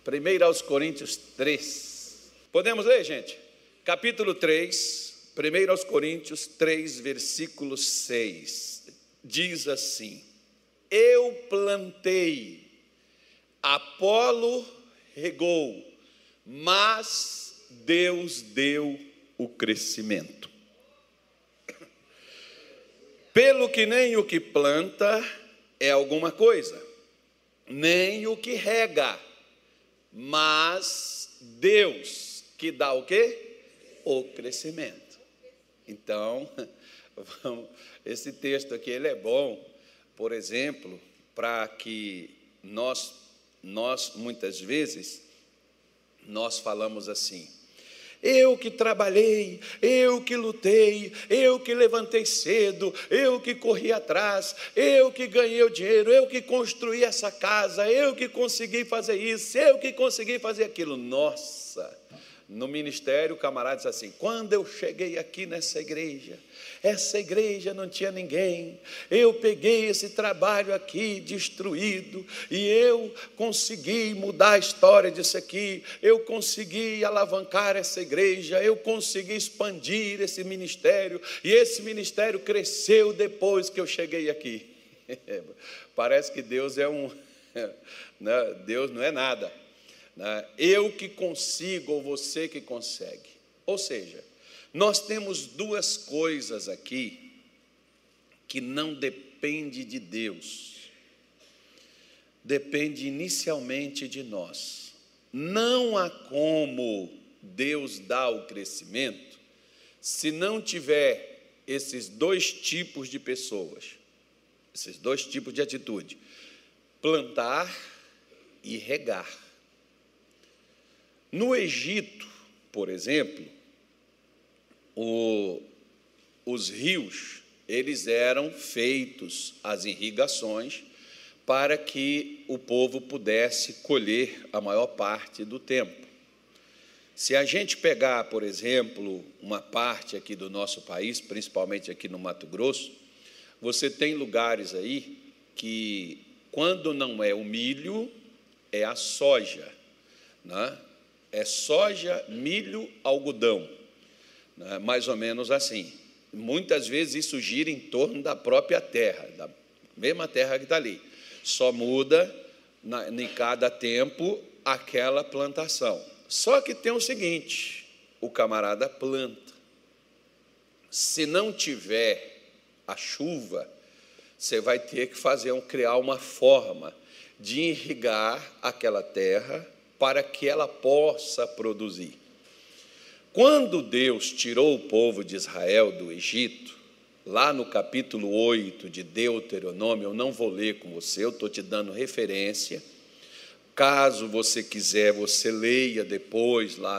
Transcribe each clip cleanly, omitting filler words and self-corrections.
1 aos Coríntios 3. Podemos ler, gente? Capítulo 3, 1 aos Coríntios 3, versículo 6. Diz assim: eu plantei, Apolo regou, mas Deus deu o crescimento. Pelo que nem o que planta é alguma coisa, nem o que rega, mas Deus que dá o quê? O crescimento. Então, esse texto aqui ele é bom, por exemplo, para que nós muitas vezes, nós falamos assim: eu que trabalhei, eu que lutei, eu que levantei cedo, eu que corri atrás, eu que ganhei o dinheiro, eu que construí essa casa, eu que consegui fazer isso, eu que consegui fazer aquilo. Nossa, no ministério o camarada diz assim: quando eu cheguei aqui nessa igreja, essa igreja não tinha ninguém, eu peguei esse trabalho aqui destruído e eu consegui mudar a história disso aqui, eu consegui alavancar essa igreja, eu consegui expandir esse ministério e esse ministério cresceu depois que eu cheguei aqui. Parece que Deus é Deus não é nada, eu que consigo ou você que consegue. Ou seja, nós temos duas coisas aqui que não depende de Deus, depende inicialmente de nós. Não há como Deus dar o crescimento se não tiver esses dois tipos de pessoas, esses dois tipos de atitude: plantar e regar. No Egito, por exemplo, os rios, eles eram feitos, as irrigações, para que o povo pudesse colher a maior parte do tempo. Se a gente pegar, por exemplo, uma parte aqui do nosso país, principalmente aqui no Mato Grosso, você tem lugares aí que, quando não é o milho, é a soja, né? É soja, milho, algodão. Mais ou menos assim. Muitas vezes isso gira em torno da própria terra, da mesma terra que está ali. Só muda em cada tempo aquela plantação. Só que tem o seguinte: o camarada planta. Se não tiver a chuva, você vai ter que criar uma forma de irrigar aquela terra para que ela possa produzir. Quando Deus tirou o povo de Israel do Egito, lá no capítulo 8 de Deuteronômio, eu não vou ler com você, eu estou te dando referência. Caso você quiser, você leia depois lá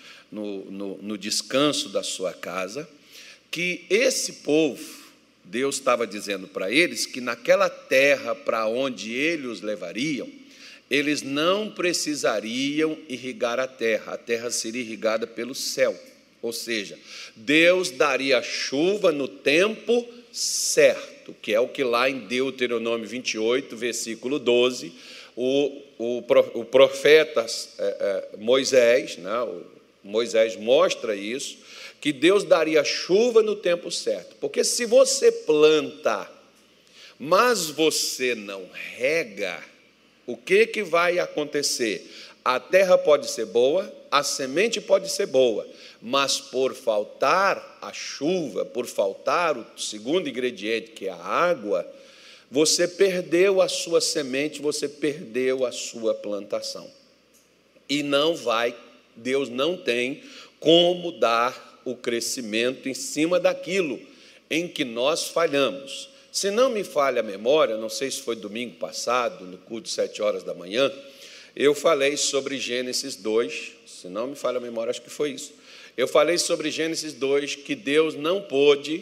no descanso da sua casa, que esse povo, Deus estava dizendo para eles que naquela terra para onde ele os levariam, eles não precisariam irrigar a terra seria irrigada pelo céu. Ou seja, Deus daria chuva no tempo certo, que é o que lá em Deuteronômio 28, versículo 12, o profeta Moisés, Moisés mostra isso, que Deus daria chuva no tempo certo. Porque se você planta, mas você não rega, o que vai acontecer? A terra pode ser boa, a semente pode ser boa, mas por faltar a chuva, por faltar o segundo ingrediente, que é a água, você perdeu a sua semente, você perdeu a sua plantação. E Deus não tem como dar o crescimento em cima daquilo em que nós falhamos. Se não me falha a memória, não sei se foi domingo passado, no culto de 7 horas da manhã, eu falei sobre Gênesis 2, se não me falha a memória, acho que foi isso. Eu falei sobre Gênesis 2, que Deus não pôde,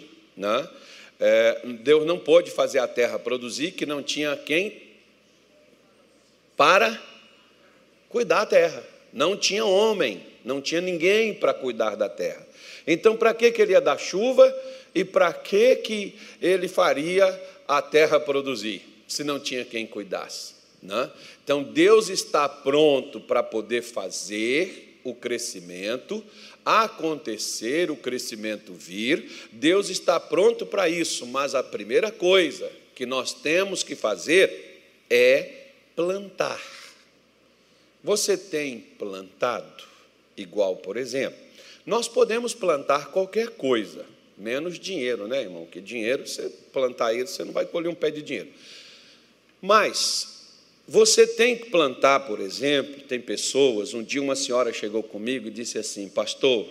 Deus não pôde fazer a terra produzir, que não tinha quem para cuidar da terra. Não tinha homem, não tinha ninguém para cuidar da terra. Então, para que ele ia dar chuva e para que ele faria a terra produzir, se não tinha quem cuidasse? né? Então, Deus está pronto para poder fazer o crescimento acontecer, o crescimento vir. Deus está pronto para isso, mas a primeira coisa que nós temos que fazer é plantar. Você tem plantado? Igual, por exemplo, nós podemos plantar qualquer coisa, menos dinheiro, né, irmão? Porque dinheiro, você plantar ele, você não vai colher um pé de dinheiro. Mas você tem que plantar, por exemplo, tem pessoas, um dia uma senhora chegou comigo e disse assim: pastor,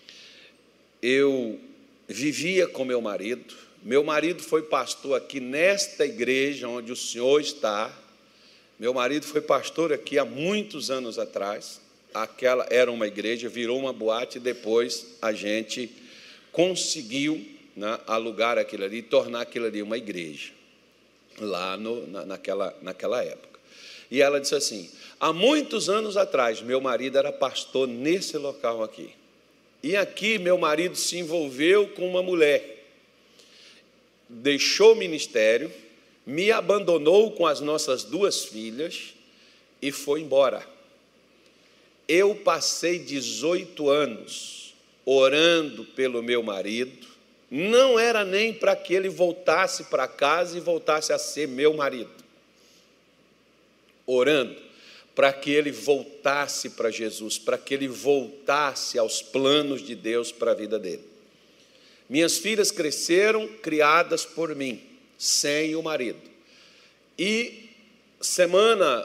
eu vivia com meu marido foi pastor aqui nesta igreja onde o senhor está, meu marido foi pastor aqui há muitos anos atrás, aquela era uma igreja, virou uma boate, e depois a gente conseguiu, né, alugar aquilo ali, tornar aquilo ali uma igreja, lá naquela época. E ela disse assim: há muitos anos atrás, meu marido era pastor nesse local aqui. E aqui meu marido se envolveu com uma mulher, deixou o ministério, me abandonou com as nossas 2 filhas e foi embora. Eu passei 18 anos orando pelo meu marido, não era nem para que ele voltasse para casa e voltasse a ser meu marido. Orando para que ele voltasse para Jesus, para que ele voltasse aos planos de Deus para a vida dele. Minhas filhas cresceram, criadas por mim, sem o marido. E semana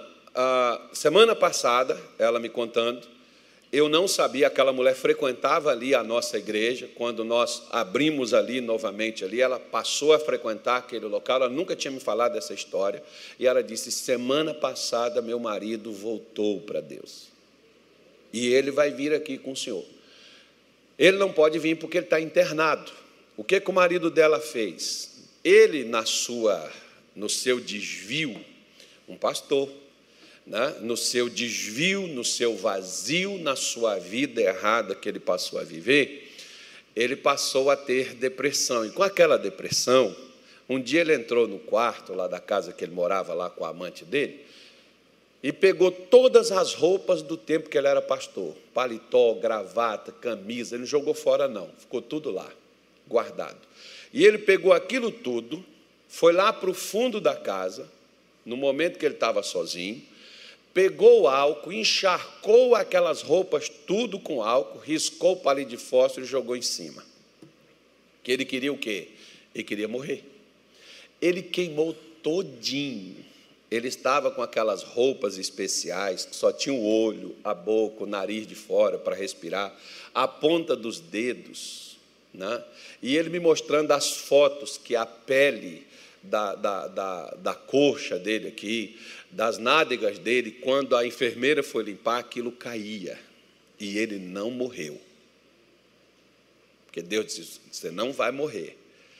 passada, ela me contando, eu não sabia, aquela mulher frequentava ali a nossa igreja, quando nós abrimos ali novamente ali, ela passou a frequentar aquele local, ela nunca tinha me falado dessa história, e ela disse: semana passada meu marido voltou para Deus, e ele vai vir aqui com o senhor. Ele não pode vir porque ele está internado. O que o marido dela fez? Ele, no seu desvio, um pastor, né? No seu desvio, no seu vazio, na sua vida errada que ele passou a viver, ele passou a ter depressão. E com aquela depressão, um dia ele entrou no quarto lá da casa que ele morava lá com a amante dele e pegou todas as roupas do tempo que ele era pastor, paletó, gravata, camisa, ele não jogou fora não, ficou tudo lá, guardado. E ele pegou aquilo tudo, foi lá para o fundo da casa, no momento que ele estava sozinho, pegou o álcool, encharcou aquelas roupas tudo com álcool, riscou o palito de fósforo e jogou em cima. Que ele queria o quê? Ele queria morrer. Ele queimou todinho. Ele estava com aquelas roupas especiais, que só tinha o olho, a boca, o nariz de fora para respirar, a ponta dos dedos, né? E ele me mostrando as fotos que a pele da coxa dele aqui, das nádegas dele, quando a enfermeira foi limpar, aquilo caía. E ele não morreu. Porque Deus disse: você não vai morrer.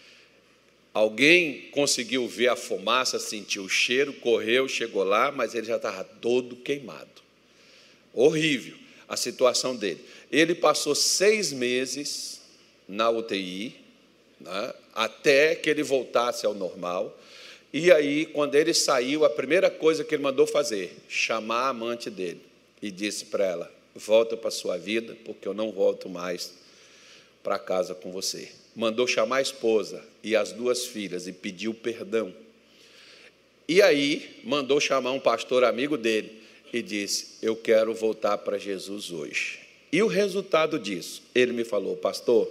Alguém conseguiu ver a fumaça, sentiu o cheiro, correu, chegou lá, mas ele já estava todo queimado. Horrível a situação dele. Ele passou 6 meses na UTI, né, até que ele voltasse ao normal. E aí, quando ele saiu, a primeira coisa que ele mandou fazer, chamar a amante dele e disse para ela: volta para a sua vida, porque eu não volto mais para casa com você. Mandou chamar a esposa e as 2 filhas e pediu perdão. E aí, mandou chamar um pastor amigo dele e disse: eu quero voltar para Jesus hoje. E o resultado disso, ele me falou: pastor,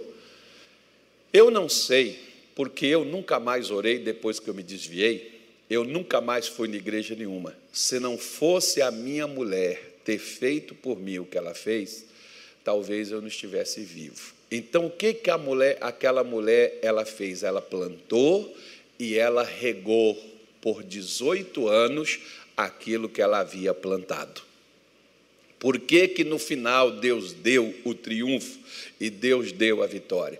eu não sei, porque eu nunca mais orei depois que eu me desviei, eu nunca mais fui na igreja nenhuma. Se não fosse a minha mulher ter feito por mim o que ela fez, talvez eu não estivesse vivo. Então, o que aquela mulher ela fez? Ela plantou e ela regou por 18 anos aquilo que ela havia plantado. Por que no final Deus deu o triunfo e Deus deu a vitória?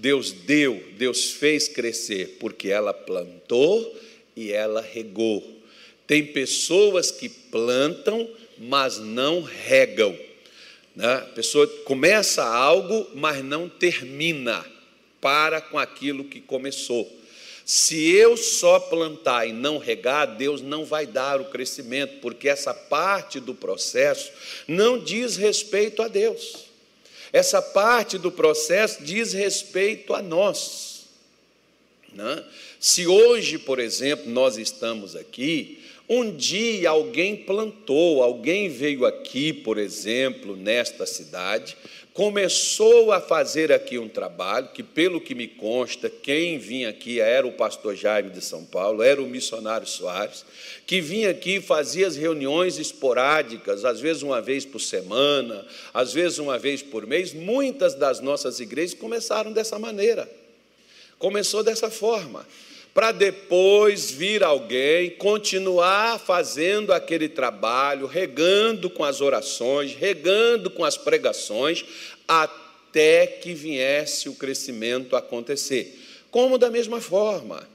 Deus fez crescer, porque ela plantou e ela regou. Tem pessoas que plantam, mas não regam, né? A pessoa começa algo, mas não termina, para com aquilo que começou. Se eu só plantar e não regar, Deus não vai dar o crescimento, porque essa parte do processo não diz respeito a Deus. Essa parte do processo diz respeito a nós, né? Se hoje, por exemplo, nós estamos aqui, um dia alguém plantou, alguém veio aqui, por exemplo, nesta cidade, começou a fazer aqui um trabalho, que pelo que me consta, quem vinha aqui era o pastor Jaime de São Paulo, era o missionário Soares, que vinha aqui e fazia as reuniões esporádicas, às vezes uma vez por semana, às vezes uma vez por mês. Muitas das nossas igrejas começaram dessa maneira, começou dessa forma, para depois vir alguém, continuar fazendo aquele trabalho, regando com as orações, regando com as pregações, até que viesse o crescimento acontecer. Como da mesma forma,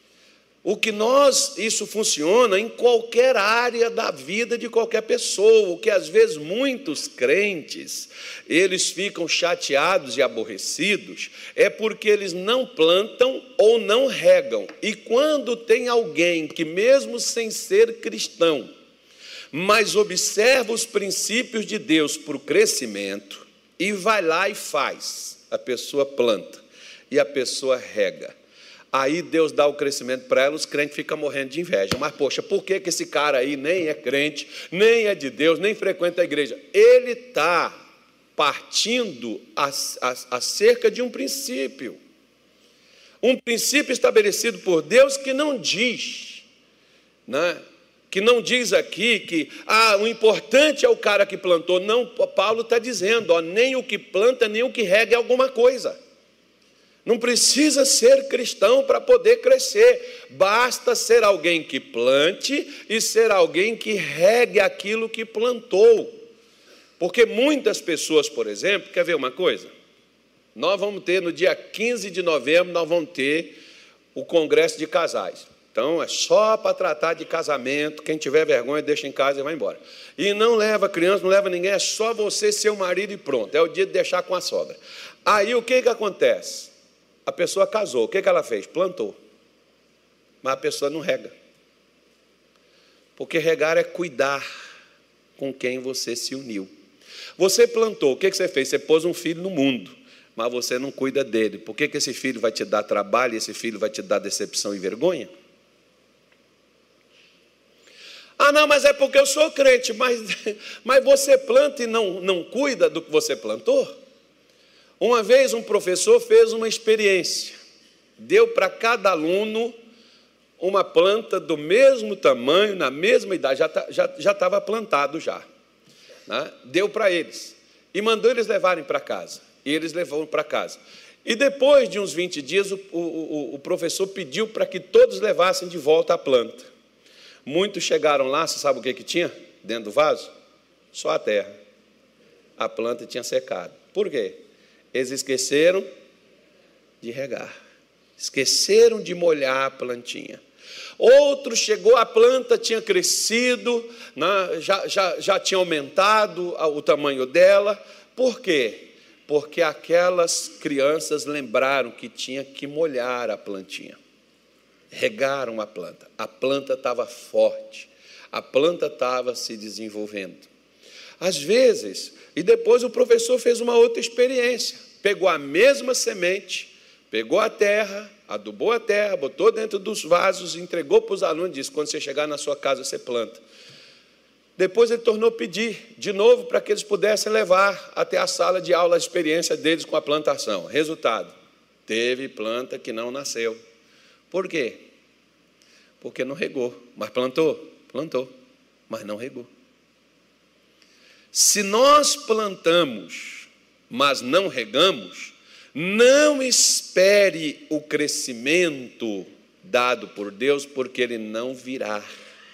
isso funciona em qualquer área da vida de qualquer pessoa, o que às vezes muitos crentes, eles ficam chateados e aborrecidos, é porque eles não plantam ou não regam. E quando tem alguém que mesmo sem ser cristão, mas observa os princípios de Deus para o crescimento, e vai lá e faz, a pessoa planta, e a pessoa rega, aí Deus dá o crescimento para ela, os crentes ficam morrendo de inveja. Mas, poxa, por que esse cara aí nem é crente, nem é de Deus, nem frequenta a igreja? Ele está partindo acerca de um princípio estabelecido por Deus que não diz, né? Que não diz aqui que o importante é o cara que plantou. Não, Paulo está dizendo, nem o que planta, nem o que rega é alguma coisa. Não precisa ser cristão para poder crescer, basta ser alguém que plante e ser alguém que regue aquilo que plantou. Porque muitas pessoas, por exemplo, quer ver uma coisa? Nós vamos ter, no dia 15 de novembro, nós vamos ter o congresso de casais. Então, é só para tratar de casamento, quem tiver vergonha deixa em casa e vai embora. E não leva criança, não leva ninguém, é só você, seu marido e pronto, é o dia de deixar com a sogra. Aí o que acontece? A pessoa casou, o que ela fez? Plantou. Mas a pessoa não rega. Porque regar é cuidar com quem você se uniu. Você plantou, o que você fez? Você pôs um filho no mundo, mas você não cuida dele. Por que esse filho vai te dar trabalho e esse filho vai te dar decepção e vergonha? Não, mas é porque eu sou crente, mas você planta e não cuida do que você plantou? Uma vez um professor fez uma experiência, deu para cada aluno uma planta do mesmo tamanho, na mesma idade, já estava plantado já, né? Deu para eles e mandou eles levarem para casa, e eles levaram para casa. E depois de uns 20 dias, o professor pediu para que todos levassem de volta a planta. Muitos chegaram lá, você sabe o que tinha dentro do vaso? Só a terra. A planta tinha secado. Por quê? Eles esqueceram de regar, esqueceram de molhar a plantinha. Outro chegou, a planta tinha crescido, né, já tinha aumentado o tamanho dela. Por quê? Porque aquelas crianças lembraram que tinha que molhar a plantinha. Regaram a planta estava forte, a planta estava se desenvolvendo. Às vezes, e depois o professor fez uma outra experiência, pegou a mesma semente, pegou a terra, adubou a terra, botou dentro dos vasos, entregou para os alunos e disse: quando você chegar na sua casa, você planta. Depois ele tornou a pedir de novo para que eles pudessem levar até a sala de aula a experiência deles com a plantação. Resultado, teve planta que não nasceu. Por quê? Porque não regou, mas plantou, mas não regou. Se nós plantamos, mas não regamos, não espere o crescimento dado por Deus, porque ele não virá.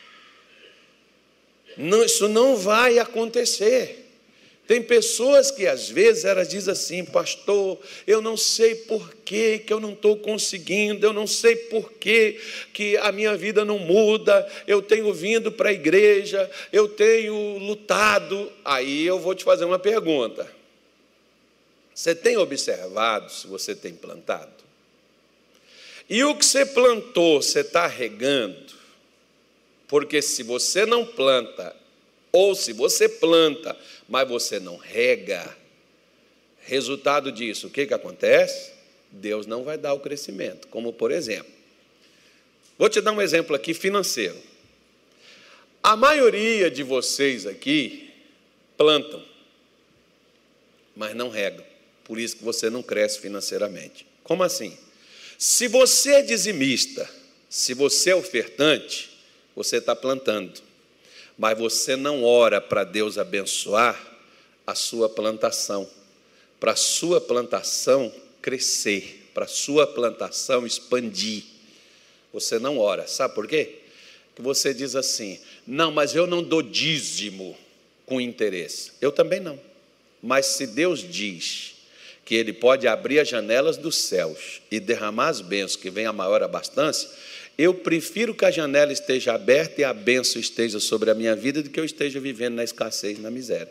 Não, isso não vai acontecer. Tem pessoas que às vezes elas dizem assim: pastor, eu não sei por que eu não estou conseguindo, eu não sei por que a minha vida não muda, eu tenho vindo para a igreja, eu tenho lutado. Aí eu vou te fazer uma pergunta: você tem observado se você tem plantado? E o que você plantou, você está regando? Porque se você não planta, ou se você planta, mas você não rega, resultado disso, o que acontece? Deus não vai dar o crescimento. Como, por exemplo, vou te dar um exemplo aqui financeiro. A maioria de vocês aqui plantam, mas não regam. Por isso que você não cresce financeiramente. Como assim? Se você é dizimista, se você é ofertante, você está plantando, mas você não ora para Deus abençoar a sua plantação, para a sua plantação crescer, para a sua plantação expandir. Você não ora. Sabe por quê? Que você diz assim: não, mas eu não dou dízimo com interesse. Eu também não. Mas se Deus diz que Ele pode abrir as janelas dos céus e derramar as bênçãos que vem a maior abastança, eu prefiro que a janela esteja aberta e a bênção esteja sobre a minha vida do que eu esteja vivendo na escassez, na miséria.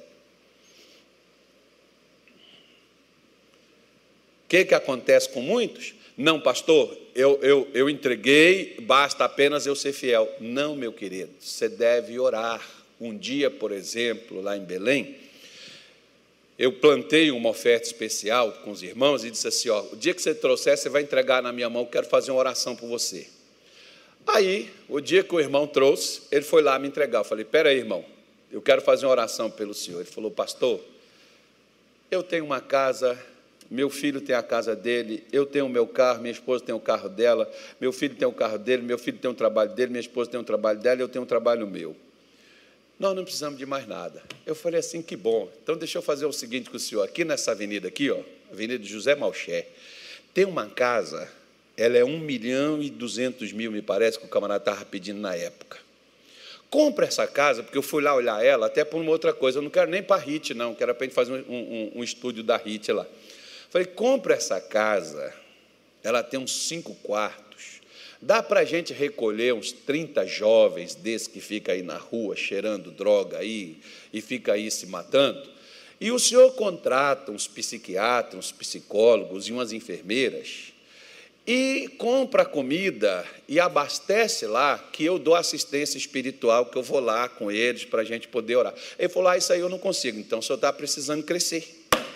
O que acontece com muitos? Não, pastor, eu entreguei, basta apenas eu ser fiel. Não, meu querido, você deve orar. Um dia, por exemplo, lá em Belém, eu plantei uma oferta especial com os irmãos e disse assim: ó, o dia que você trouxer, você vai entregar na minha mão, eu quero fazer uma oração por você. Aí, o dia que o irmão trouxe, ele foi lá me entregar. Eu falei: espera aí, irmão, eu quero fazer uma oração pelo senhor. Ele falou: pastor, eu tenho uma casa, meu filho tem a casa dele, eu tenho o meu carro, minha esposa tem o carro dela, meu filho tem o carro dele, meu filho tem o trabalho dele, minha esposa tem o trabalho dela, eu tenho o trabalho meu. Nós não precisamos de mais nada. Eu falei assim: que bom. Então, deixa eu fazer o seguinte com o senhor. Aqui nessa avenida aqui, ó, Avenida José Malcher, tem uma casa, ela é 1.200.000, me parece, que o camarada estava pedindo na época. Compra essa casa, porque eu fui lá olhar ela, até por uma outra coisa. Eu não quero nem para a RIT, não, quero para a gente fazer um estúdio da RIT lá. Falei: compra essa casa, ela tem uns 5 quartos. Dá para a gente recolher uns 30 jovens desses que ficam aí na rua cheirando droga aí e fica aí se matando, e o senhor contrata uns psiquiatras, uns psicólogos e umas enfermeiras e compra comida e abastece lá, que eu dou assistência espiritual, que eu vou lá com eles para a gente poder orar. Ele falou: isso aí eu não consigo. Então, o senhor está precisando crescer.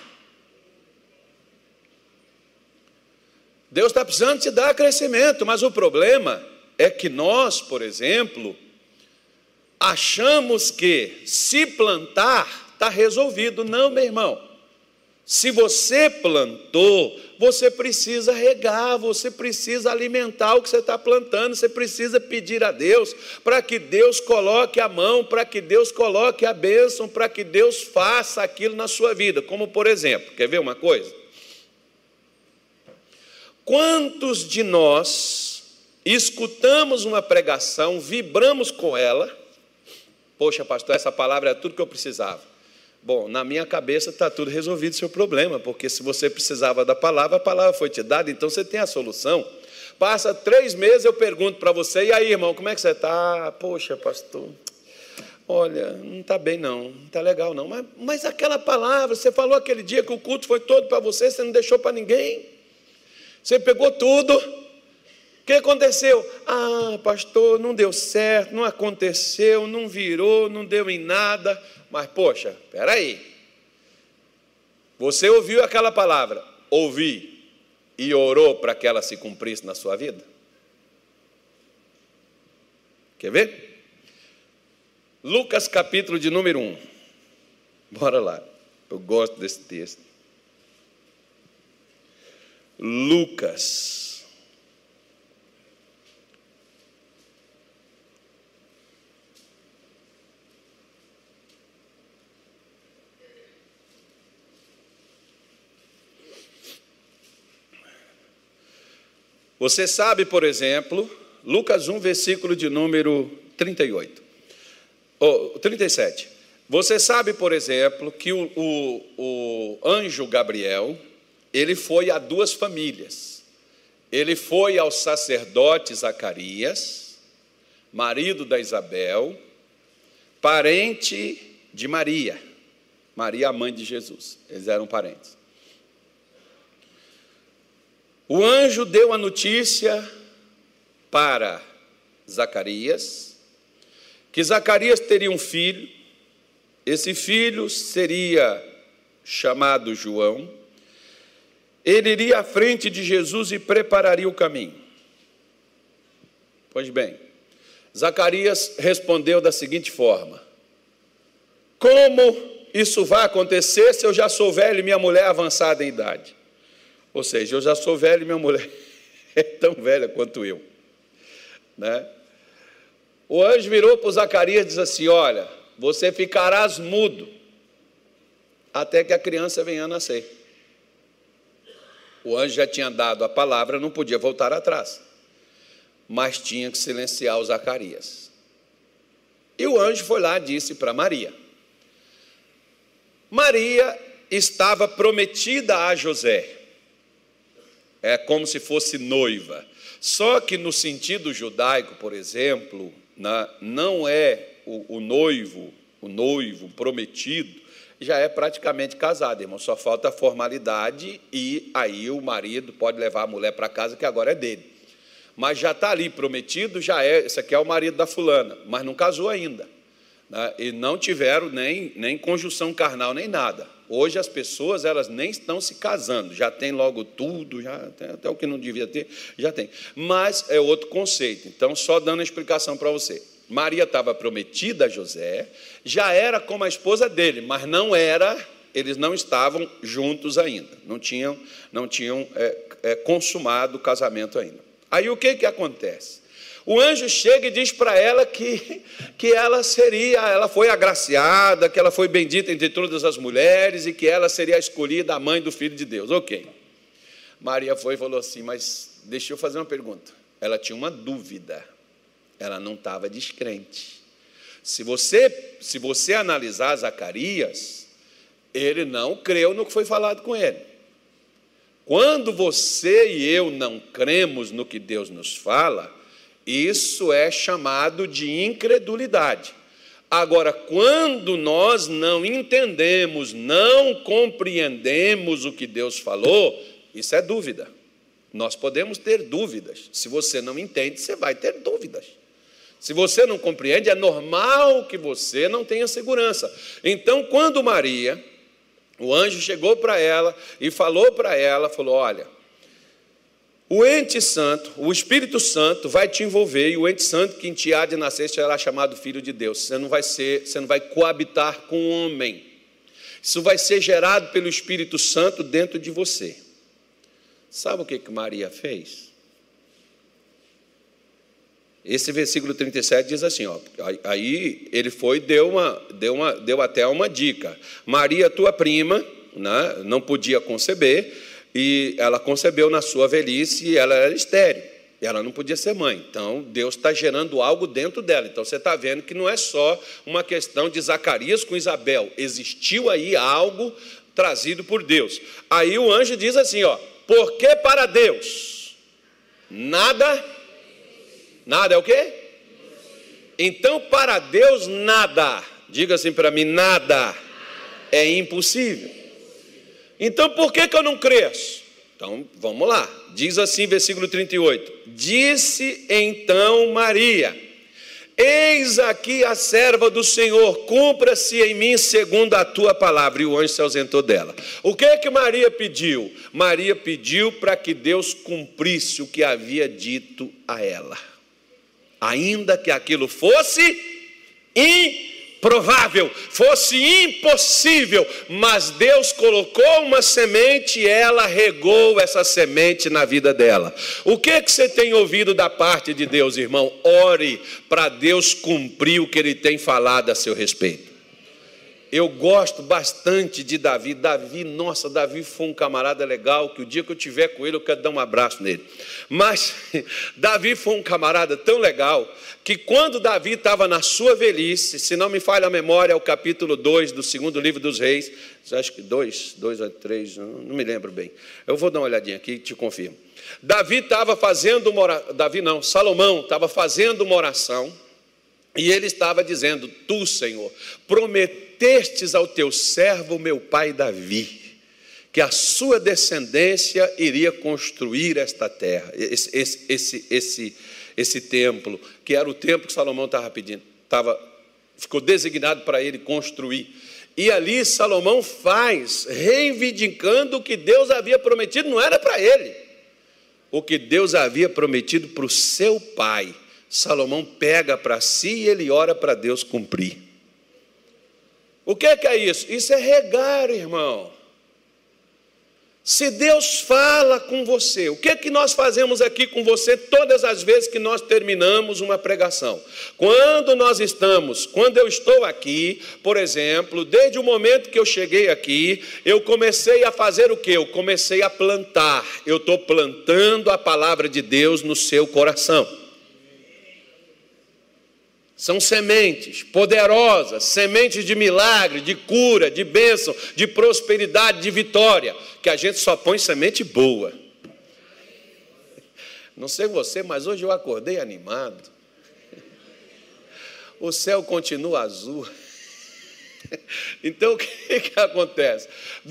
Deus está precisando te dar crescimento, mas o problema é que nós, por exemplo, achamos que se plantar está resolvido. Não, meu irmão. Se você plantou, você precisa regar, você precisa alimentar o que você está plantando, você precisa pedir a Deus para que Deus coloque a mão, para que Deus coloque a bênção, para que Deus faça aquilo na sua vida. Como, por exemplo, quer ver uma coisa? Quantos de nós escutamos uma pregação, vibramos com ela? Poxa, pastor, essa palavra é tudo que eu precisava. Bom, na minha cabeça está tudo resolvido o seu problema, porque se você precisava da palavra, a palavra foi te dada, então você tem a solução. Passa 3 meses, eu pergunto para você: e aí, irmão, como é que você está? Poxa, pastor, olha, não está bem não, não está legal não. Mas aquela palavra, você falou aquele dia que o culto foi todo para você, você não deixou para ninguém. Você pegou tudo. O que aconteceu? Ah, pastor, não deu certo, não aconteceu, não virou, não deu em nada. Mas, poxa, espera aí. Você ouviu aquela palavra, ouvi, e orou para que ela se cumprisse na sua vida? Quer ver? Lucas, capítulo de número 1. Bora lá. Eu gosto desse texto. Lucas. Você sabe, por exemplo, Lucas 1, versículo de número 38. 37. Você sabe, por exemplo, que o anjo Gabriel, ele foi a 2 famílias. Ele foi ao sacerdote Zacarias, marido da Isabel, parente de Maria. Maria, a mãe de Jesus. Eles eram parentes. O anjo deu a notícia para Zacarias, que Zacarias teria um filho, esse filho seria chamado João, ele iria à frente de Jesus e prepararia o caminho. Pois bem, Zacarias respondeu da seguinte forma: como isso vai acontecer se eu já sou velho e minha mulher é avançada em idade? Ou seja, eu já sou velho e minha mulher é tão velha quanto eu, né? O anjo virou para Zacarias e disse assim: olha, você ficarás mudo até que a criança venha a nascer. O anjo já tinha dado a palavra, não podia voltar atrás, mas tinha que silenciar o Zacarias. E o anjo foi lá e disse para Maria. Maria estava prometida a José, é como se fosse noiva. Só que no sentido judaico, por exemplo, não é o noivo prometido, já é praticamente casado, irmão. Só falta a formalidade e aí o marido pode levar a mulher para casa, que agora é dele. Mas já está ali prometido, já é, esse aqui é o marido da fulana, mas não casou ainda, né? E não tiveram nem conjunção carnal, nem nada. Hoje as pessoas, elas nem estão se casando, já tem logo tudo, já tem, até o que não devia ter, já tem. Mas é outro conceito, então só dando a explicação para você. Maria estava prometida a José, já era como a esposa dele, mas não era, eles não estavam juntos ainda, não tinham consumado o casamento ainda. Aí o que acontece? O anjo chega e diz para ela que ela foi agraciada, que ela foi bendita entre todas as mulheres e que ela seria a escolhida, a mãe do Filho de Deus. Ok. Maria foi e falou assim: mas deixa eu fazer uma pergunta. Ela tinha uma dúvida, ela não estava descrente. Se você analisar Zacarias, ele não creu no que foi falado com ele. Quando você e eu não cremos no que Deus nos fala, isso é chamado de incredulidade. Agora, quando nós não entendemos, não compreendemos o que Deus falou, isso é dúvida. Nós podemos ter dúvidas. Se você não entende, você vai ter dúvidas. Se você não compreende, é normal que você não tenha segurança. Então, quando Maria, o anjo chegou para ela e falou para ela, falou: olha, o ente santo, o Espírito Santo vai te envolver, e o ente santo que em ti há de nascer será chamado Filho de Deus. Você não vai coabitar com o homem. Isso vai ser gerado pelo Espírito Santo dentro de você. Sabe o que Maria fez? Esse versículo 37 diz assim, ó, aí ele foi e deu até uma dica. Maria, tua prima, né, não podia conceber, e ela concebeu na sua velhice e ela era estéril, e ela não podia ser mãe. Então Deus está gerando algo dentro dela. Então você está vendo que não é só uma questão de Zacarias com Isabel, existiu aí algo trazido por Deus. Aí o anjo diz assim, ó: porque para Deus nada é o quê? Então para Deus nada, diga assim para mim, nada é impossível. Então por que eu não cresço? Então vamos lá, diz assim versículo 38, disse então Maria: eis aqui a serva do Senhor, cumpra-se em mim segundo a tua palavra. E o anjo se ausentou dela. O que Maria pediu? Maria pediu para que Deus cumprisse o que havia dito a ela, ainda que aquilo fosse improvável, fosse impossível, mas Deus colocou uma semente e ela regou essa semente na vida dela. O que você tem ouvido da parte de Deus, irmão? Ore para Deus cumprir o que Ele tem falado a seu respeito. Eu gosto bastante de Davi. Davi foi um camarada legal, que o dia que eu estiver com ele, eu quero dar um abraço nele. Mas Davi foi um camarada tão legal, que quando Davi estava na sua velhice, se não me falha a memória, é o capítulo 2 do segundo livro dos Reis, acho que 2 a 3, não me lembro bem. Eu vou dar uma olhadinha aqui e te confirmo. Salomão estava fazendo uma oração, e ele estava dizendo: tu, Senhor, prometestes ao teu servo, meu pai Davi, que a sua descendência iria construir esta terra, esse templo, que era o templo que Salomão estava pedindo, ficou designado para ele construir. E ali Salomão faz, reivindicando o que Deus havia prometido, não era para ele, o que Deus havia prometido para o seu pai. Salomão pega para si e ele ora para Deus cumprir. O que é isso? Isso é regar, irmão. Se Deus fala com você, o que é que nós fazemos aqui com você todas as vezes que nós terminamos uma pregação? Quando eu estou aqui, por exemplo, desde o momento que eu cheguei aqui, eu comecei a fazer o quê? Eu comecei a plantar. Eu estou plantando a palavra de Deus no seu coração. São sementes poderosas, sementes de milagre, de cura, de bênção, de prosperidade, de vitória, que a gente só põe semente boa. Não sei você, mas hoje eu acordei animado. O céu continua azul. Então, o que acontece?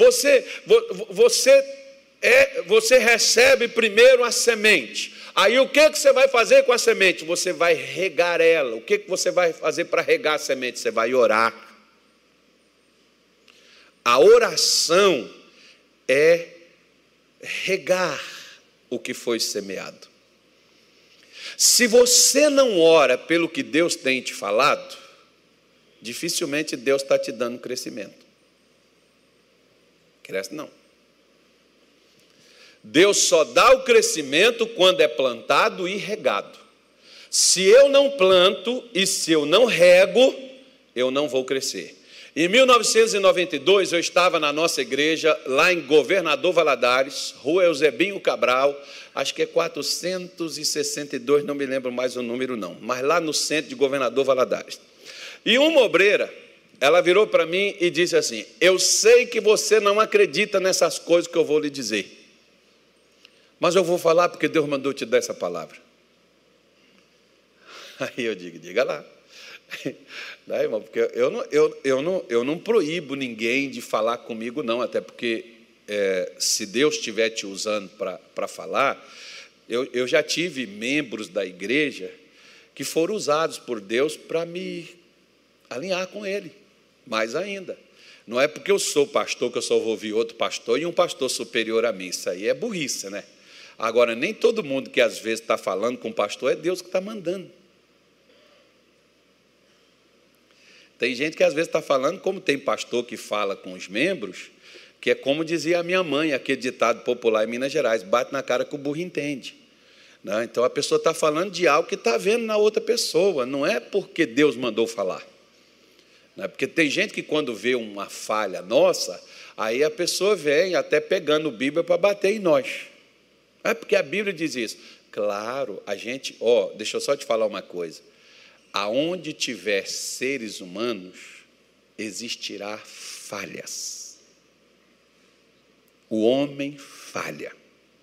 Você recebe primeiro a semente. Aí o que você vai fazer com a semente? Você vai regar ela. O que você vai fazer para regar a semente? Você vai orar. A oração é regar o que foi semeado. Se você não ora pelo que Deus tem te falado, dificilmente Deus está te dando crescimento. Cresce não. Deus só dá o crescimento quando é plantado e regado. Se eu não planto e se eu não rego, eu não vou crescer. Em 1992, eu estava na nossa igreja, lá em Governador Valadares, Rua Eusebinho Cabral, acho que é 462, não me lembro mais o número não, mas lá no centro de Governador Valadares. E uma obreira, ela virou para mim e disse assim: eu sei que você não acredita nessas coisas que eu vou lhe dizer, mas eu vou falar porque Deus mandou te dar essa palavra. Aí eu digo, diga lá. Não, irmão, porque eu não proíbo ninguém de falar comigo, não, até porque se Deus estiver te usando para falar, eu já tive membros da igreja que foram usados por Deus para me alinhar com Ele, mais ainda. Não é porque eu sou pastor que eu só vou ouvir outro pastor e um pastor superior a mim, isso aí é burrice, né? Agora, nem todo mundo que às vezes está falando com o pastor é Deus que está mandando. Tem gente que às vezes está falando, como tem pastor que fala com os membros, que é como dizia a minha mãe, aquele ditado popular em Minas Gerais: bate na cara que o burro entende. Não, então a pessoa está falando de algo que está vendo na outra pessoa, não é porque Deus mandou falar. Não é porque tem gente que quando vê uma falha nossa, aí a pessoa vem até pegando a Bíblia para bater em nós. É porque a Bíblia diz isso. Claro, a gente, deixa eu só te falar uma coisa. Aonde tiver seres humanos, existirá falhas. O homem falha.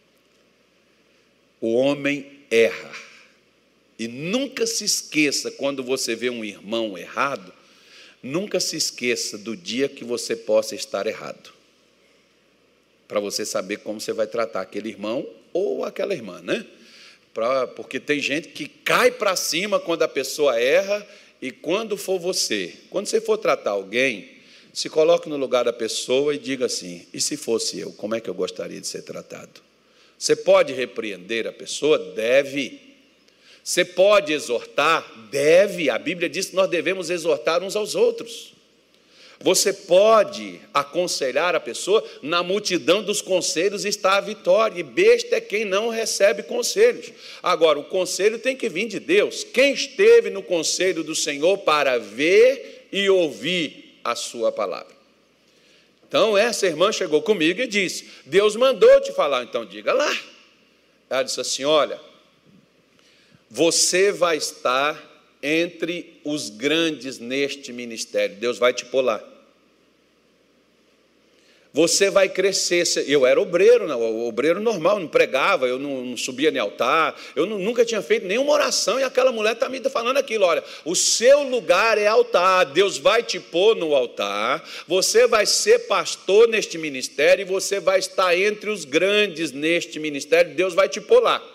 O homem erra. E nunca se esqueça, quando você vê um irmão errado, nunca se esqueça do dia que você possa estar errado, para você saber como você vai tratar aquele irmão ou aquela irmã, né? Porque tem gente que cai para cima quando a pessoa erra, e quando você for tratar alguém, se coloque no lugar da pessoa e diga assim: e se fosse eu, como é que eu gostaria de ser tratado? Você pode repreender a pessoa? Deve. Você pode exortar? Deve. A Bíblia diz que nós devemos exortar uns aos outros. Você pode aconselhar a pessoa? Na multidão dos conselhos está a vitória, e besta é quem não recebe conselhos. Agora, o conselho tem que vir de Deus. Quem esteve no conselho do Senhor para ver e ouvir a sua palavra? Então, essa irmã chegou comigo e disse: Deus mandou te falar. Então, diga lá. Ela disse assim: olha, você vai estar entre os grandes neste ministério, Deus vai te pôr lá. você vai crescer. Eu era obreiro, obreiro normal, não pregava, eu não subia nem altar, eu nunca tinha feito nenhuma oração, e aquela mulher está me falando aquilo: olha, o seu lugar é altar, Deus vai te pôr no altar, você vai ser pastor neste ministério, e você vai estar entre os grandes neste ministério, Deus vai te pôr lá.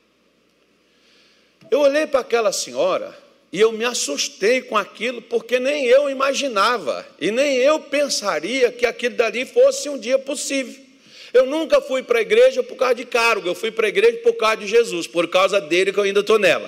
Eu olhei para aquela senhora, e eu me assustei com aquilo, porque nem eu imaginava, e nem eu pensaria que aquilo dali fosse um dia possível. Eu nunca fui para a igreja por causa de cargo, eu fui para a igreja por causa de Jesus, por causa dele que eu ainda estou nela.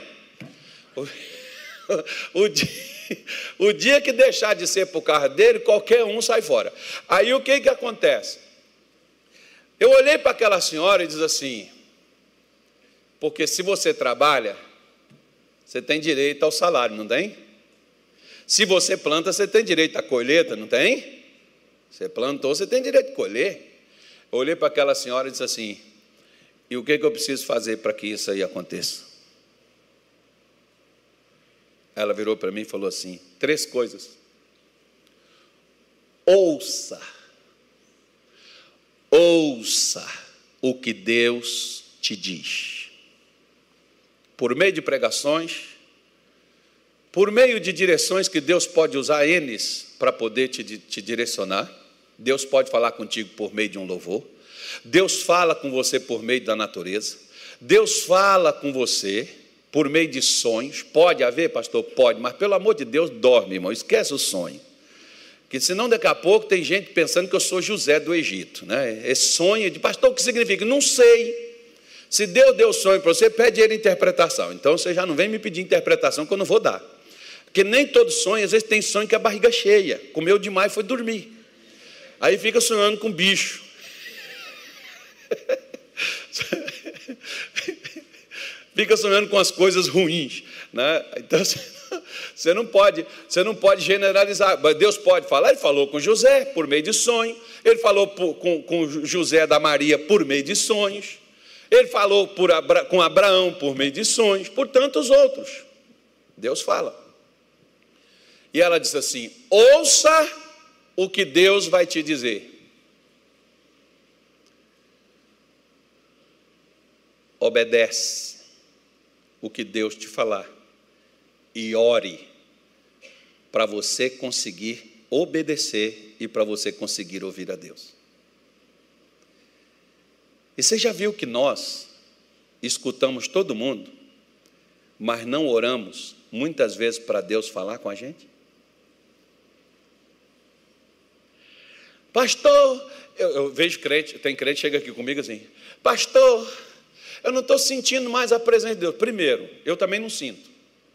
O dia que deixar de ser por causa dele, qualquer um sai fora. Aí o que acontece? Eu olhei para aquela senhora e disse assim: porque se você trabalha, você tem direito ao salário, não tem? Se você planta, você tem direito à colheita, não tem? Você plantou, você tem direito de colher. Eu olhei para aquela senhora e disse assim: e o que eu preciso fazer para que isso aí aconteça? Ela virou para mim e falou assim: 3 coisas. Ouça o que Deus te diz. Por meio de pregações, por meio de direções que Deus pode usar eles para poder te direcionar. Deus pode falar contigo por meio de um louvor. Deus fala com você por meio da natureza. Deus fala com você por meio de sonhos. Pode haver, pastor? Pode, mas pelo amor de Deus, dorme, irmão, esquece o sonho. Porque senão daqui a pouco tem gente pensando que eu sou José do Egito, né? Esse sonho de pastor, o que significa? Não sei. Se Deus deu sonho para você, pede ele interpretação. Então você já não vem me pedir interpretação que eu não vou dar. Porque nem todo sonho, às vezes tem sonho que a barriga cheia, comeu demais, foi dormir. Aí fica sonhando com bicho. Fica sonhando com as coisas ruins, né? Então você não pode generalizar. Deus pode falar. Ele falou com José por meio de sonho. Ele falou com José da Maria por meio de sonhos. Ele falou com Abraão por meio de sonhos, por tantos outros. Deus fala. E ela disse assim: ouça o que Deus vai te dizer. Obedece o que Deus te falar. E ore para você conseguir obedecer e para você conseguir ouvir a Deus. E você já viu que nós escutamos todo mundo, mas não oramos muitas vezes para Deus falar com a gente? Pastor, eu vejo crente, tem crente que chega aqui comigo assim: pastor, eu não estou sentindo mais a presença de Deus. Primeiro, eu também não sinto.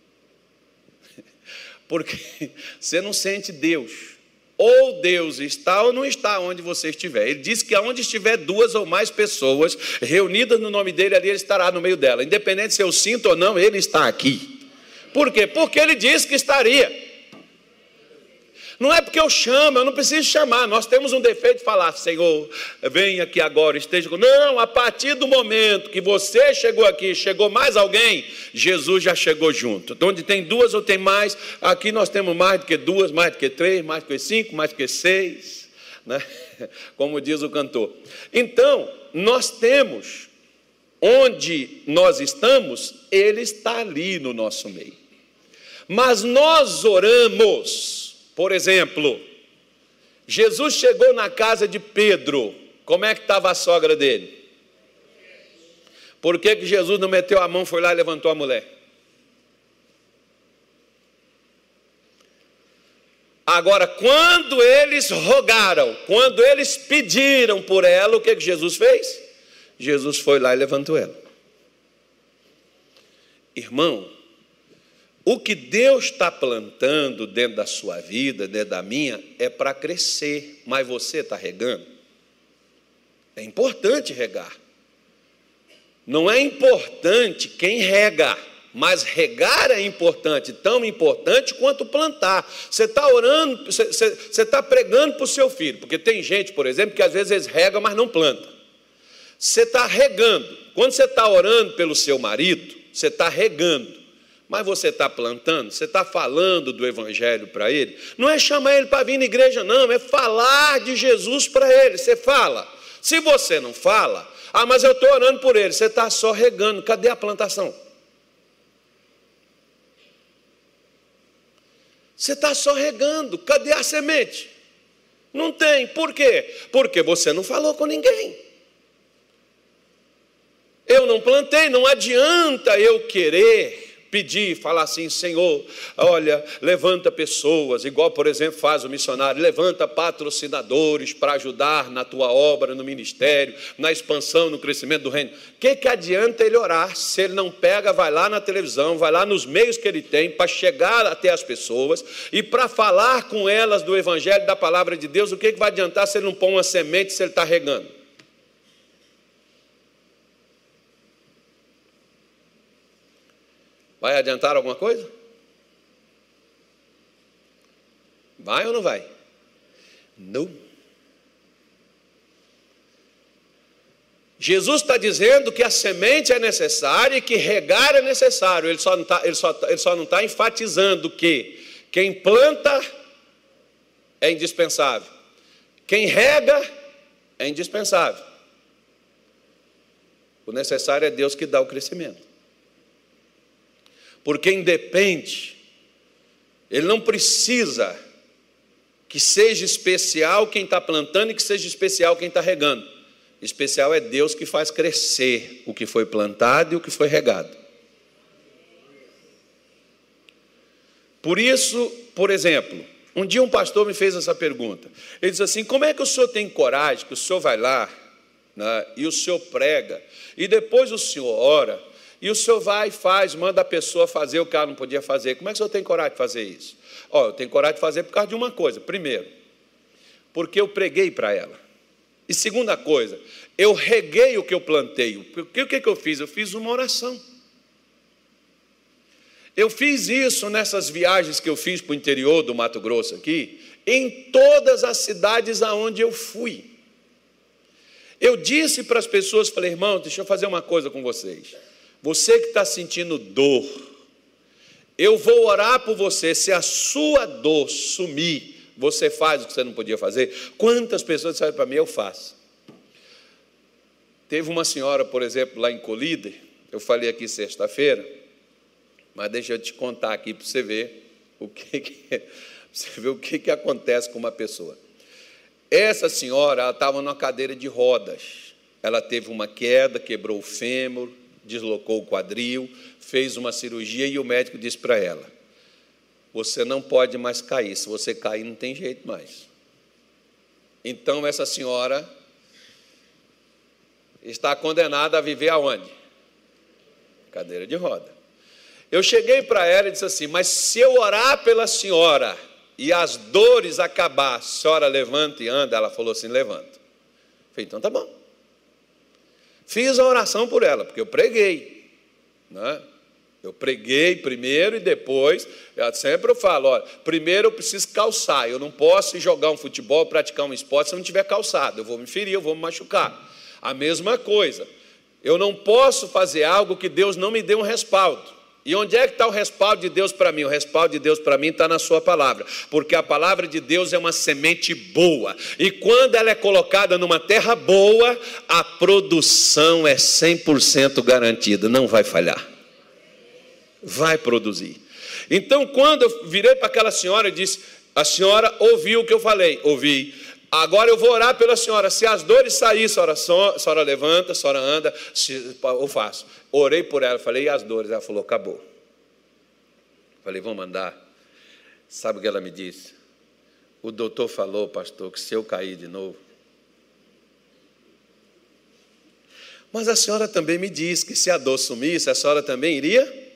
Porque você não sente Deus. Ou Deus está ou não está onde você estiver. Ele diz que aonde estiver 2 ou mais pessoas reunidas no nome dele, ali ele estará no meio dela. Independente se eu sinto ou não, ele está aqui. Por quê? Porque ele disse que estaria. Não é porque eu chamo, eu não preciso chamar. Nós temos um defeito de falar: Senhor, vem aqui agora, esteja comigo. Não, a partir do momento que você chegou aqui, chegou mais alguém, Jesus já chegou junto. Então, onde tem 2 ou tem mais, aqui nós temos mais do que 2, mais do que 3, mais do que 5, mais do que 6, né? Como diz o cantor. Então, nós temos, onde nós estamos, ele está ali no nosso meio. Mas nós oramos. Por exemplo, Jesus chegou na casa de Pedro. Como é que estava a sogra dele? Por que Jesus não meteu a mão, foi lá e levantou a mulher? Agora, quando eles rogaram, quando eles pediram por ela, o que Jesus fez? Jesus foi lá e levantou ela. Irmão, o que Deus está plantando dentro da sua vida, dentro da minha, é para crescer, mas você está regando? É importante regar. Não é importante quem rega, mas regar é importante, tão importante quanto plantar. Você está orando, você está pregando para o seu filho, porque tem gente, por exemplo, que às vezes eles regam, mas não planta. Você está regando. Quando você está orando pelo seu marido, você está regando. Mas você está plantando, você está falando do evangelho para ele. Não é chamar ele para vir na igreja, não, é falar de Jesus para ele. Você fala. Se você não fala, mas eu estou orando por ele, você está só regando. Cadê a plantação? Você está só regando. Cadê a semente? Não tem. Por quê? Porque você não falou com ninguém. Eu não plantei, não adianta eu querer pedir, falar assim, Senhor, olha, levanta pessoas, igual, por exemplo, faz o missionário, levanta patrocinadores para ajudar na tua obra, no ministério, na expansão, no crescimento do reino. O que adianta ele orar se ele não pega, vai lá na televisão, vai lá nos meios que ele tem para chegar até as pessoas e para falar com elas do evangelho, da palavra de Deus? O que vai adiantar se ele não põe uma semente, se ele está regando? Vai adiantar alguma coisa? Vai ou não vai? Não. Jesus está dizendo que a semente é necessária e que regar é necessário. Ele só não está enfatizando que quem planta é indispensável. Quem rega é indispensável. O necessário é Deus que dá o crescimento. Porque independe, ele não precisa que seja especial quem está plantando e que seja especial quem está regando. Especial é Deus que faz crescer o que foi plantado e o que foi regado. Por isso, por exemplo, um dia um pastor me fez essa pergunta. Ele disse assim, como é que o senhor tem coragem, que o senhor vai lá, né, e o senhor prega, e depois o senhor ora, e o senhor vai e faz, manda a pessoa fazer o que ela não podia fazer. Como é que o senhor tem coragem de fazer isso? Eu tenho coragem de fazer por causa de uma coisa. Primeiro, porque eu preguei para ela. E segunda coisa, eu reguei o que eu plantei. O que eu fiz? Eu fiz uma oração. Eu fiz isso nessas viagens que eu fiz para o interior do Mato Grosso aqui, em todas as cidades aonde eu fui. Eu disse para as pessoas, falei, irmão, deixa eu fazer uma coisa com vocês. Você que está sentindo dor, eu vou orar por você. Se a sua dor sumir, você faz o que você não podia fazer. Quantas pessoas disseram para mim, eu faço. Teve uma senhora, por exemplo, lá em Colíder, eu falei aqui sexta-feira, mas deixa eu te contar aqui para você ver o que acontece com uma pessoa. Essa senhora, ela estava numa cadeira de rodas. Ela teve uma queda, quebrou o fêmur, deslocou o quadril, fez uma cirurgia e o médico disse para ela, você não pode mais cair, se você cair não tem jeito mais. Então essa senhora está condenada a viver aonde? Cadeira de roda. Eu cheguei para ela e disse assim, mas se eu orar pela senhora e as dores acabar, a senhora levanta e anda? Ela falou assim, levanta. Eu falei, então tá bom. Fiz a oração por ela, porque eu preguei, né? Eu preguei primeiro e depois, sempre eu falo, olha, primeiro eu preciso calçar, eu não posso ir jogar um futebol, praticar um esporte se eu não tiver calçado, eu vou me ferir, eu vou me machucar. A mesma coisa, eu não posso fazer algo que Deus não me dê um respaldo. E onde é que está o respaldo de Deus para mim? O respaldo de Deus para mim está na sua palavra, porque a palavra de Deus é uma semente boa, e quando ela é colocada numa terra boa, a produção é 100% garantida, não vai falhar, vai produzir. Então, quando eu virei para aquela senhora e disse, a senhora ouviu o que eu falei? Ouvi. Agora eu vou orar pela senhora, se as dores saírem, a senhora levanta, a senhora anda, eu faço. Orei por ela, falei, e as dores? Ela falou, acabou. Falei, vamos andar. Sabe o que ela me disse? O doutor falou, pastor, que se eu cair de novo. Mas a senhora também me disse que se a dor sumisse, a senhora também iria?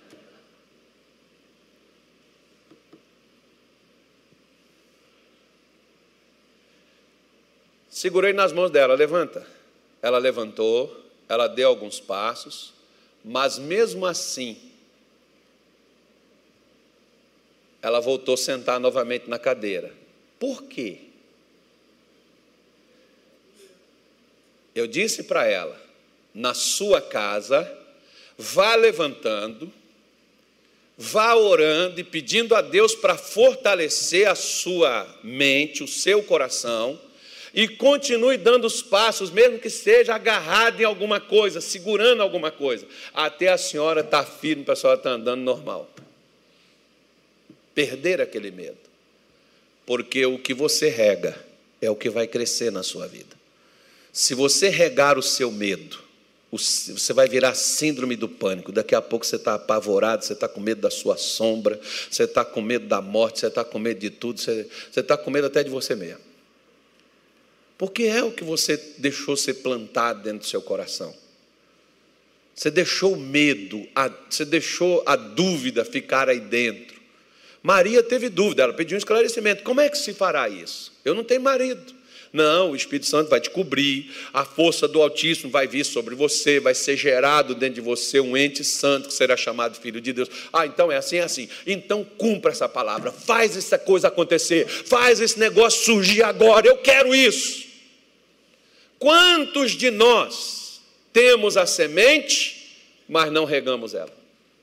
Segurei nas mãos dela, levanta. Ela levantou, ela deu alguns passos, mas mesmo assim, ela voltou a sentar novamente na cadeira. Por quê? Eu disse para ela, na sua casa, vá levantando, vá orando e pedindo a Deus para fortalecer a sua mente, o seu coração, e continue dando os passos, mesmo que seja agarrado em alguma coisa, segurando alguma coisa, até a senhora estar firme, para a senhora estar andando normal. Perder aquele medo. Porque o que você rega é o que vai crescer na sua vida. Se você regar o seu medo, você vai virar síndrome do pânico. Daqui a pouco você está apavorado, você está com medo da sua sombra, você está com medo da morte, você está com medo de tudo, você está com medo até de você mesmo. Porque é o que você deixou ser plantado dentro do seu coração. Você deixou o medo, você deixou a dúvida ficar aí dentro. Maria teve dúvida, ela pediu um esclarecimento. Como é que se fará isso? Eu não tenho marido. Não, o Espírito Santo vai te cobrir, a força do Altíssimo vai vir sobre você, vai ser gerado dentro de você um ente santo que será chamado Filho de Deus. Então é assim, é assim. Então cumpra essa palavra, faz essa coisa acontecer, faz esse negócio surgir agora, eu quero isso. Quantos de nós temos a semente, mas não regamos ela?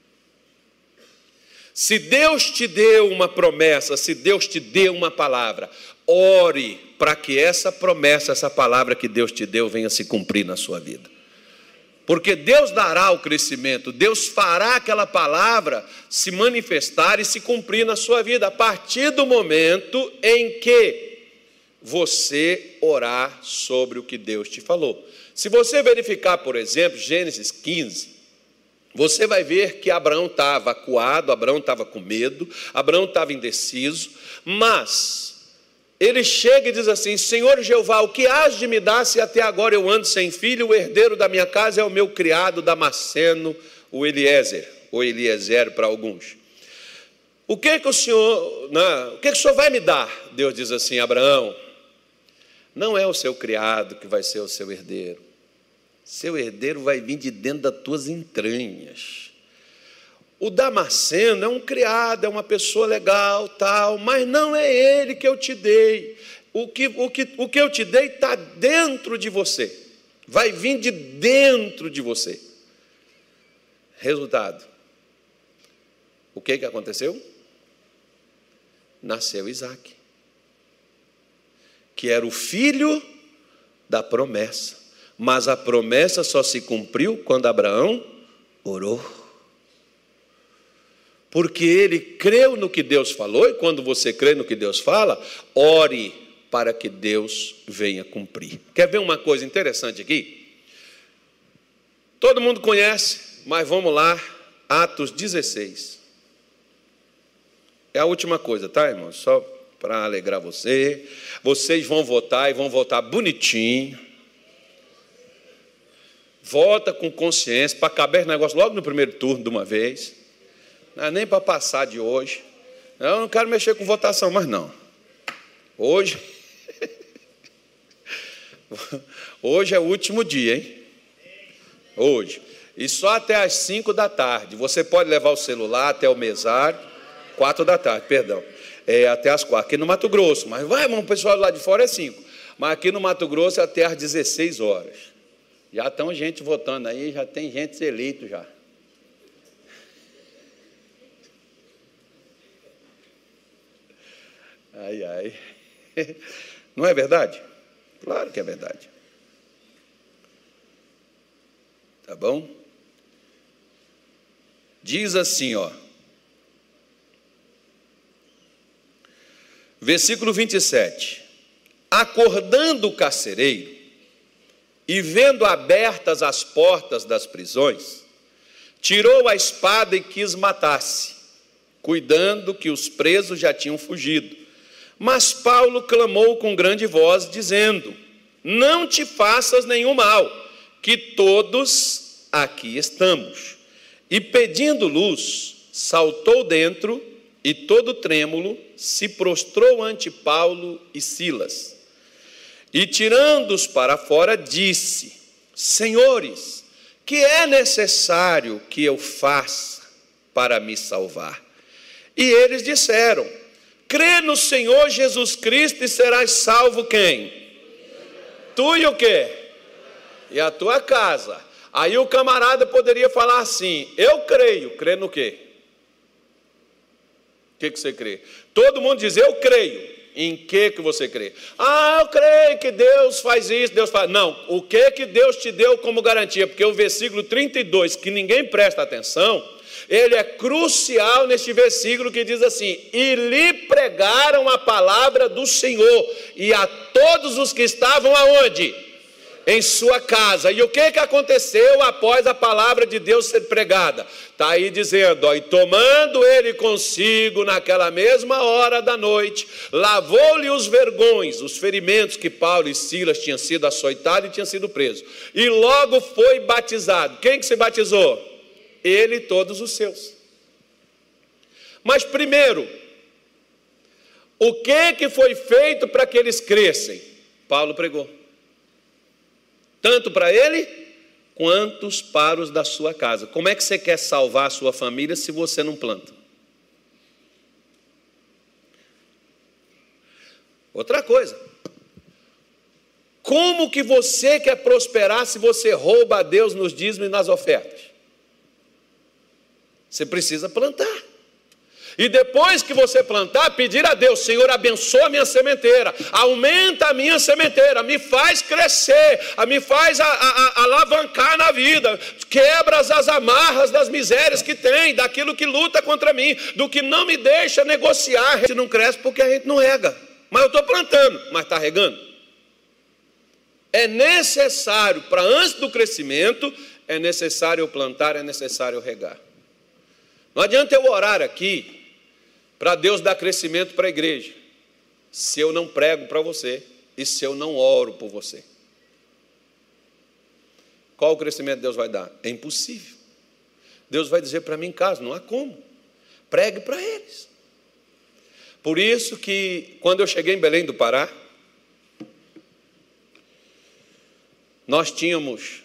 Se Deus te deu uma promessa, se Deus te deu uma palavra, ore para que essa promessa, essa palavra que Deus te deu, venha se cumprir na sua vida. Porque Deus dará o crescimento, Deus fará aquela palavra se manifestar e se cumprir na sua vida, a partir do momento em que você orar sobre o que Deus te falou. Se você verificar, por exemplo, Gênesis 15, você vai ver que Abraão estava acuado, Abraão estava com medo, Abraão estava indeciso, mas ele chega e diz assim: Senhor Jeová, o que has de me dar se até agora eu ando sem filho? O herdeiro da minha casa é o meu criado Damasceno, o Eliezer, ou Eliezer para alguns. O que o senhor vai me dar? Deus diz assim: Abraão, não é o seu criado que vai ser o seu herdeiro. Seu herdeiro vai vir de dentro das tuas entranhas. O Damasceno é um criado, é uma pessoa legal, tal, mas não é ele que eu te dei. O que eu te dei está dentro de você. Vai vir de dentro de você. Resultado. O que aconteceu? Nasceu Isaque, que era o filho da promessa. Mas a promessa só se cumpriu quando Abraão orou. Porque ele creu no que Deus falou, e quando você crê no que Deus fala, ore para que Deus venha cumprir. Quer ver uma coisa interessante aqui? Todo mundo conhece, mas vamos lá, Atos 16. É a última coisa, tá, irmãos? Só para alegrar você. Vocês vão votar e vão votar bonitinho. Vota com consciência, para caber esse negócio logo no primeiro turno de uma vez. Não é nem para passar de hoje. Eu não quero mexer com votação, mas não. Hoje é o último dia, hein? Hoje. E só até às 5 da tarde. Você pode levar o celular até o mesário. 4 da tarde, perdão. Até às 4. Aqui no Mato Grosso. Mas vai, irmão, o pessoal lá de fora é 5. Mas aqui no Mato Grosso é até às 16 horas. Já estão gente votando aí, já tem gente eleito já. Ai, ai. Não é verdade? Claro que é verdade. Tá bom? Diz assim, ó. Versículo 27. Acordando o carcereiro, e vendo abertas as portas das prisões, tirou a espada e quis matar-se, cuidando que os presos já tinham fugido. Mas Paulo clamou com grande voz, dizendo: não te faças nenhum mal, que todos aqui estamos. E pedindo luz, saltou dentro e todo trêmulo se prostrou ante Paulo e Silas. E tirando-os para fora, disse: senhores, que é necessário que eu faça para me salvar? E eles disseram: crê no Senhor Jesus Cristo e serás salvo quem? Tu e o quê? E a tua casa. Aí o camarada poderia falar assim: eu creio. Crê no quê? que você crê? Todo mundo diz, eu creio. Em que você crê? Ah, eu creio que Deus faz isso, Deus faz... Não, o que Deus te deu como garantia? Porque o versículo 32, que ninguém presta atenção, ele é crucial neste versículo que diz assim: e lhe pregaram a palavra do Senhor, e a todos os que estavam aonde? Em sua casa. E o que aconteceu após a palavra de Deus ser pregada? Está aí dizendo, ó, e tomando ele consigo naquela mesma hora da noite, lavou-lhe os vergões, os ferimentos que Paulo e Silas tinham sido açoitados e tinham sido presos, e logo foi batizado. Quem que se batizou? Ele e todos os seus. Mas primeiro, o que foi feito para que eles crescem? Paulo pregou. Tanto para ele, quanto para os da sua casa. Como é que você quer salvar a sua família se você não planta? Outra coisa. Como que você quer prosperar se você rouba a Deus nos dízimos e nas ofertas? Você precisa plantar. E depois que você plantar, pedir a Deus, Senhor, abençoa a minha sementeira, aumenta a minha sementeira, me faz crescer, me faz alavancar na vida, quebra as amarras das misérias que tem, daquilo que luta contra mim, do que não me deixa negociar. A gente não cresce porque a gente não rega, mas eu estou plantando, mas está regando. É necessário, para antes do crescimento, é necessário eu plantar, é necessário eu regar. Não adianta eu orar aqui para Deus dar crescimento para a igreja, se eu não prego para você e se eu não oro por você. Qual o crescimento Deus vai dar? É impossível. Deus vai dizer para mim em casa, não há como. Pregue para eles. Por isso que, quando eu cheguei em Belém do Pará, nós tínhamos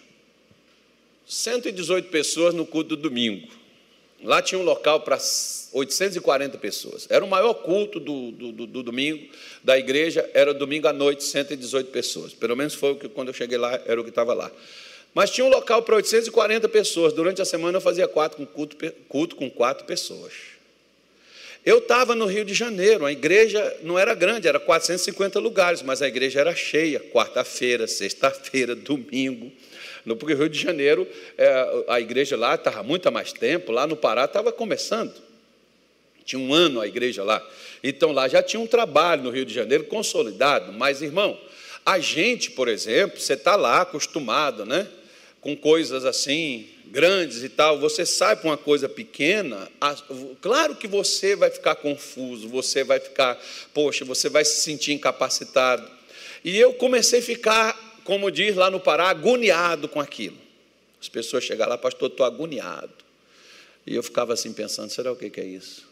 118 pessoas no culto do domingo. Lá tinha um local para 840 pessoas. Era o maior culto do domingo da igreja, era domingo à noite, 118 pessoas. Pelo menos foi o que, quando eu cheguei lá, era o que estava lá. Mas tinha um local para 840 pessoas. Durante a semana eu fazia culto com 4 pessoas. Eu estava no Rio de Janeiro, a igreja não era grande, era 450 lugares, mas a igreja era cheia, quarta-feira, sexta-feira, domingo. Porque o Rio de Janeiro, a igreja lá estava há muito mais tempo, lá no Pará estava começando. Tinha um ano a igreja lá. Então lá já tinha um trabalho no Rio de Janeiro consolidado. Mas, irmão, a gente, por exemplo, você está lá acostumado, né? Com coisas assim, grandes e tal, você sai para uma coisa pequena, claro que você vai ficar confuso, você vai ficar, poxa, você vai se sentir incapacitado. E eu comecei a ficar, como diz lá no Pará, agoniado com aquilo. As pessoas chegaram lá, pastor, estou agoniado. E eu ficava assim pensando, será o que é isso?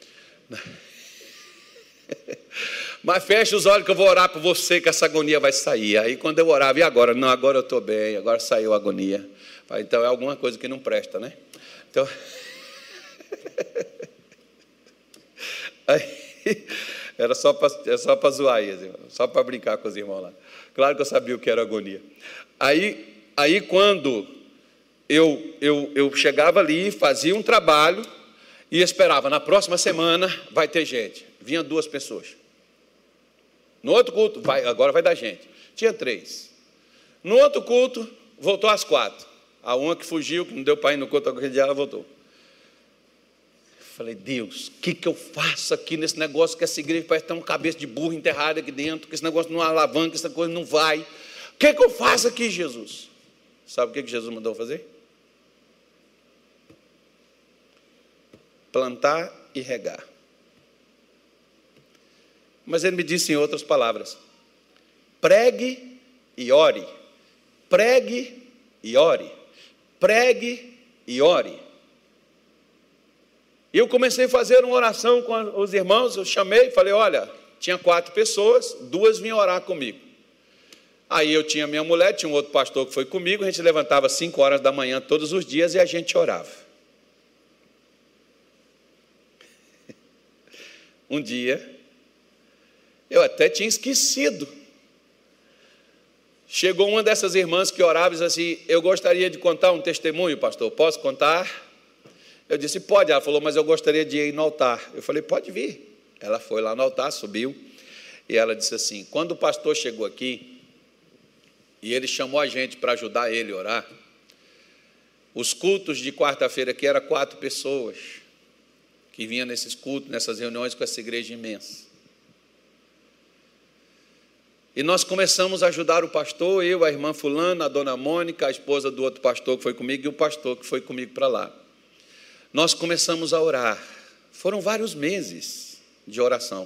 Mas fecha os olhos que eu vou orar por você, que essa agonia vai sair. Aí quando eu orava, e agora? Não, agora eu estou bem, agora saiu a agonia. Então é alguma coisa que não presta, né? Então... Aí, era só para zoar aí, só para brincar com os irmãos lá. Claro que eu sabia o que era agonia. Aí quando eu chegava ali, fazia um trabalho e esperava, na próxima semana vai ter gente. Vinha 2 pessoas. No outro culto, agora vai dar gente. Tinha 3. No outro culto, voltou às 4. A uma que fugiu, que não deu para ir no culto aquele dia, ela voltou. Falei, Deus, o que eu faço aqui nesse negócio que essa igreja parece ter uma cabeça de burro enterrada aqui dentro, que esse negócio não alavanca, essa coisa não vai. O que eu faço aqui, Jesus? Sabe o que Jesus mandou fazer? Plantar e regar. Mas ele me disse em outras palavras, pregue e ore, pregue e ore, pregue e ore. E eu comecei a fazer uma oração com os irmãos, eu chamei, falei, olha, tinha 4 pessoas, 2 vinham orar comigo. Aí eu tinha minha mulher, tinha um outro pastor que foi comigo, a gente levantava 5 horas da manhã todos os dias e a gente orava. Um dia, eu até tinha esquecido. Chegou uma dessas irmãs que orava e disse assim, eu gostaria de contar um testemunho, pastor, posso contar? Eu disse, pode. Ela falou, mas eu gostaria de ir no altar. Eu falei, pode vir. Ela foi lá no altar, subiu, e ela disse assim, quando o pastor chegou aqui, e ele chamou a gente para ajudar ele a orar, os cultos de quarta-feira aqui eram 4 pessoas que vinham nesses cultos, nessas reuniões com essa igreja imensa. E nós começamos a ajudar o pastor, eu, a irmã fulana, a dona Mônica, a esposa do outro pastor que foi comigo e o pastor que foi comigo para lá. Nós começamos a orar. Foram vários meses de oração.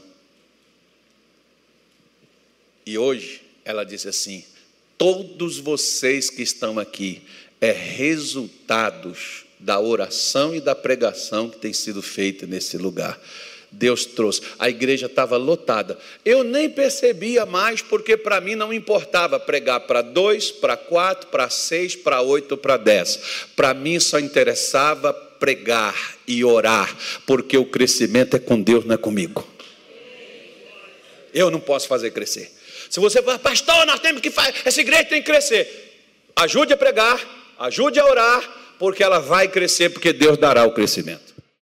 E hoje ela disse assim, todos vocês que estão aqui é resultados da oração e da pregação que tem sido feita nesse lugar. Deus trouxe, a igreja estava lotada. Eu nem percebia mais, porque para mim não importava pregar para 2, para 4, para 6, para 8, para 10. Para mim só interessava pregar e orar, porque o crescimento é com Deus, não é comigo. Eu não posso fazer crescer. Se você fala, pastor, nós temos que fazer, essa igreja tem que crescer. Ajude a pregar, ajude a orar, porque ela vai crescer, porque Deus dará o crescimento.